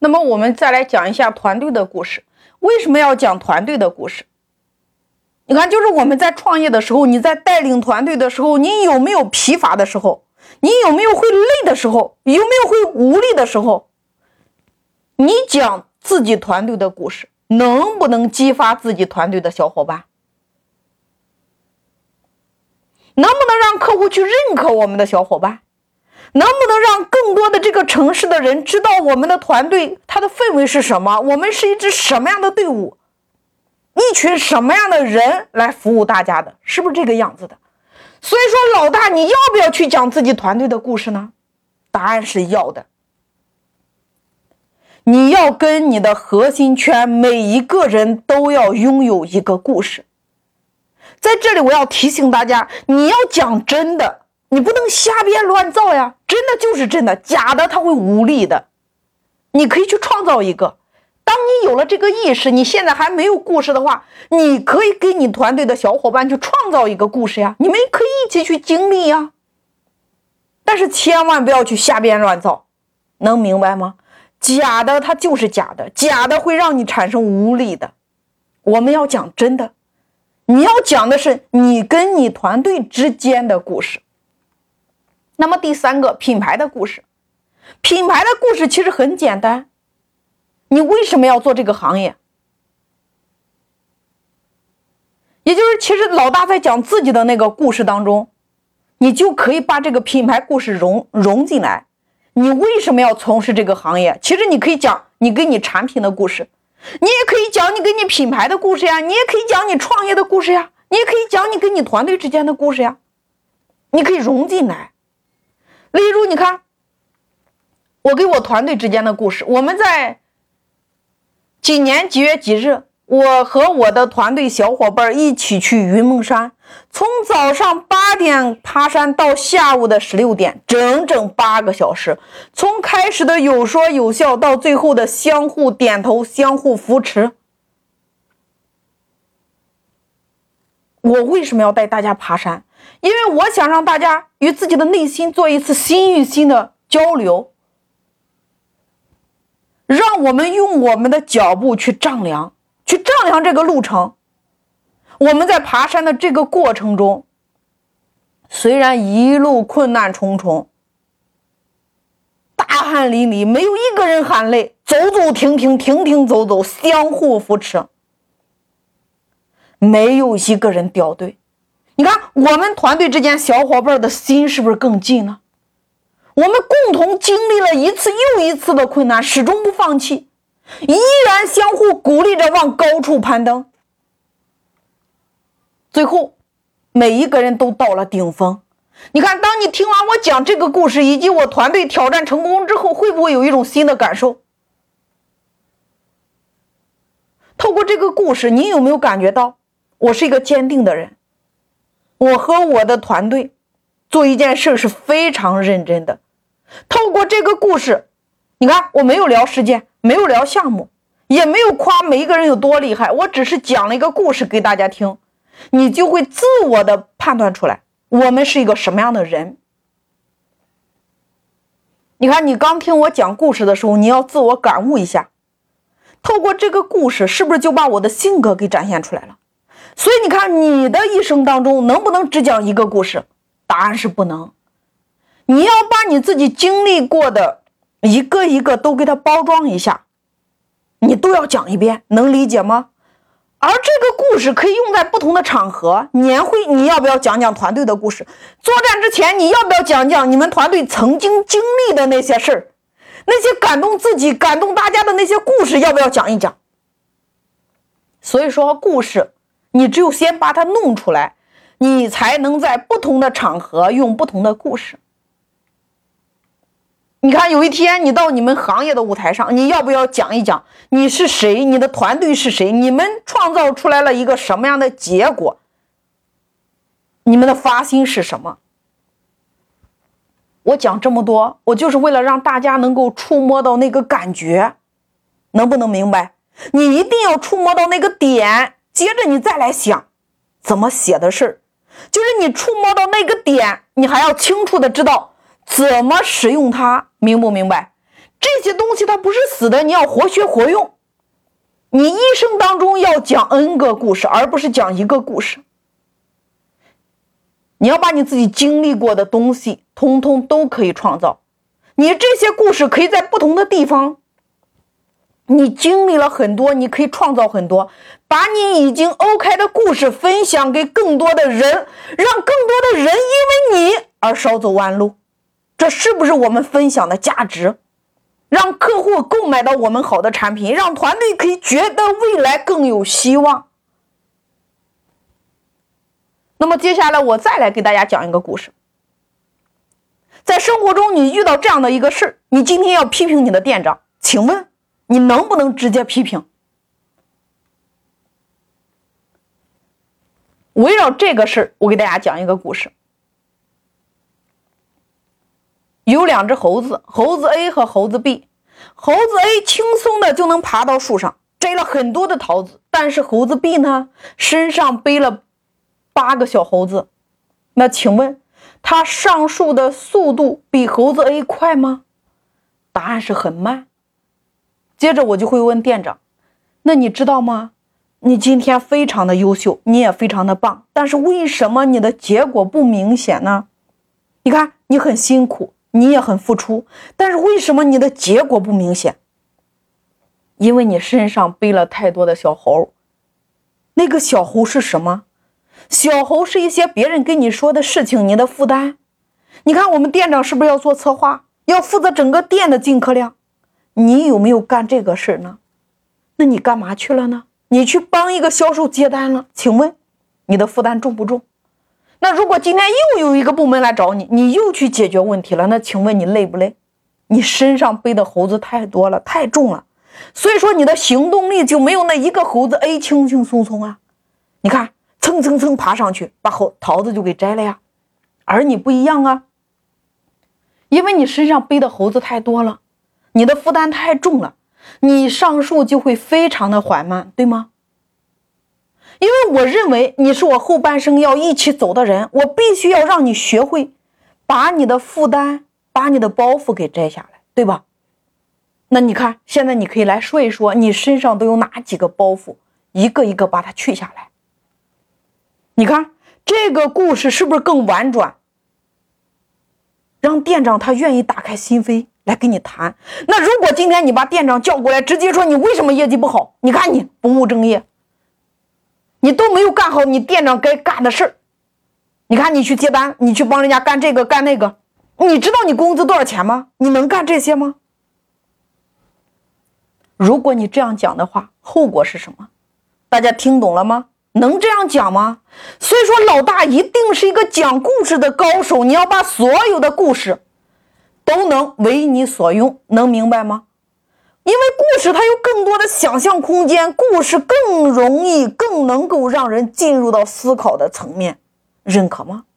那么我们再来讲一下团队的故事。为什么要讲团队的故事？你看，就是我们在创业的时候，你在带领团队的时候，你有没有疲乏的时候？你有没有会累的时候？有没有会无力的时候？你讲自己团队的故事，能不能激发自己团队的小伙伴？能不能让客户去认可我们的小伙伴？能不能让更多的这个城市的人知道我们的团队它的氛围是什么？我们是一支什么样的队伍？一群什么样的人来服务大家的？是不是这个样子的？所以说，老大，你要不要去讲自己团队的故事呢？答案是要的。你要跟你的核心圈每一个人都要拥有一个故事。在这里我要提醒大家，你要讲真的，你不能瞎编乱造呀，真的就是真的，假的它会无力的。你可以去创造一个。当你有了这个意识，你现在还没有故事的话，你可以给你团队的小伙伴去创造一个故事呀，你们可以一起去经历呀。但是千万不要去瞎编乱造，能明白吗？假的它就是假的，假的会让你产生无力的。我们要讲真的，你要讲的是你跟你团队之间的故事。那么第三个，品牌的故事。品牌的故事其实很简单，你为什么要做这个行业？也就是其实老大在讲自己的那个故事当中，你就可以把这个品牌故事融进来。你为什么要从事这个行业？其实你可以讲你跟你产品的故事，你也可以讲你跟你品牌的故事呀，你也可以讲你创业的故事呀，你也可以讲你跟你团队之间的故事呀，你可以融进来。例如你看，我跟我团队之间的故事，我们在几年几月几日，我和我的团队小伙伴一起去云梦山，从早上8点爬山到下午的16点，整整8个小时，从开始的有说有笑到最后的相互点头相互扶持。我为什么要带大家爬山？因为我想让大家与自己的内心做一次心与心的交流，让我们用我们的脚步去丈量这个路程。我们在爬山的这个过程中，虽然一路困难重重，大汗淋漓，没有一个人喊累，走走停停，停停走走，相互扶持，没有一个人掉队。你看我们团队之间小伙伴的心是不是更近呢？我们共同经历了一次又一次的困难，始终不放弃，依然相互鼓励着往高处攀登。最后每一个人都到了顶峰。你看，当你听完我讲这个故事以及我团队挑战成功之后，会不会有一种新的感受？透过这个故事，你有没有感觉到我是一个坚定的人？我和我的团队做一件事是非常认真的。透过这个故事，你看我没有聊事件，没有聊项目，也没有夸每一个人有多厉害，我只是讲了一个故事给大家听，你就会自我的判断出来我们是一个什么样的人。你看你刚听我讲故事的时候，你要自我感悟一下，透过这个故事是不是就把我的性格给展现出来了？所以你看你的一生当中能不能只讲一个故事？答案是不能。你要把你自己经历过的一个一个都给它包装一下，你都要讲一遍，能理解吗？而这个故事可以用在不同的场合。年会你要不要讲讲团队的故事？作战之前你要不要讲讲你们团队曾经经历的那些事儿，那些感动自己感动大家的那些故事，要不要讲一讲？所以说故事你只有先把它弄出来，你才能在不同的场合用不同的故事。你看有一天你到你们行业的舞台上，你要不要讲一讲你是谁，你的团队是谁，你们创造出来了一个什么样的结果，你们的发心是什么？我讲这么多，我就是为了让大家能够触摸到那个感觉，能不能明白？你一定要触摸到那个点，接着你再来想怎么写的事儿，就是你触摸到那个点，你还要清楚的知道怎么使用它，明不明白？ 这些东西它不是死的，你要活学活用。你一生当中要讲 N 个故事，而不是讲一个故事。你要把你自己经历过的东西通通都可以创造。你这些故事可以在不同的地方，你经历了很多，你可以创造很多，把你已经 OK 的故事分享给更多的人，让更多的人因为你而少走弯路。这是不是我们分享的价值？让客户购买到我们好的产品，让团队可以觉得未来更有希望。那么接下来我再来给大家讲一个故事。在生活中你遇到这样的一个事，你今天要批评你的店长，请问你能不能直接批评？围绕这个事，我给大家讲一个故事。有两只猴子，猴子 A 和猴子 B。 猴子 A 轻松的就能爬到树上，摘了很多的桃子，但是猴子 B 呢，身上背了8个小猴子。那请问他上树的速度比猴子 A 快吗？答案是很慢。接着我就会问店长，那你知道吗？你今天非常的优秀，你也非常的棒，但是为什么你的结果不明显呢？你看你很辛苦，你也很付出，但是为什么你的结果不明显？因为你身上背了太多的小猴。那个小猴是什么？小猴是一些别人跟你说的事情，你的负担。你看我们店长是不是要做策划，要负责整个店的进客量？你有没有干这个事呢？那你干嘛去了呢？你去帮一个销售接单了，请问你的负担重不重？那如果今天又有一个部门来找你，你又去解决问题了，那请问你累不累？你身上背的猴子太多了，太重了，所以说你的行动力就没有那一个猴子 A 轻轻松松啊。你看蹭蹭蹭爬上去，把桃子就给摘了呀。而你不一样啊，因为你身上背的猴子太多了，你的负担太重了，你上树就会非常的缓慢，对吗？因为我认为你是我后半生要一起走的人，我必须要让你学会把你的负担，把你的包袱给摘下来，对吧？那你看现在你可以来说一说你身上都有哪几个包袱，一个一个把它去下来。你看这个故事是不是更婉转，让店长他愿意打开心扉来跟你谈。那如果今天你把店长叫过来，直接说你为什么业绩不好，你看你不务正业，你都没有干好你店长该干的事儿。你看你去接单，你去帮人家干这个干那个，你知道你工资多少钱吗？你能干这些吗？如果你这样讲的话，后果是什么？大家听懂了吗？能这样讲吗？所以说老大一定是一个讲故事的高手，你要把所有的故事都能为你所用，能明白吗？因为故事它有更多的想象空间，故事更容易更能够让人进入到思考的层面，认可吗？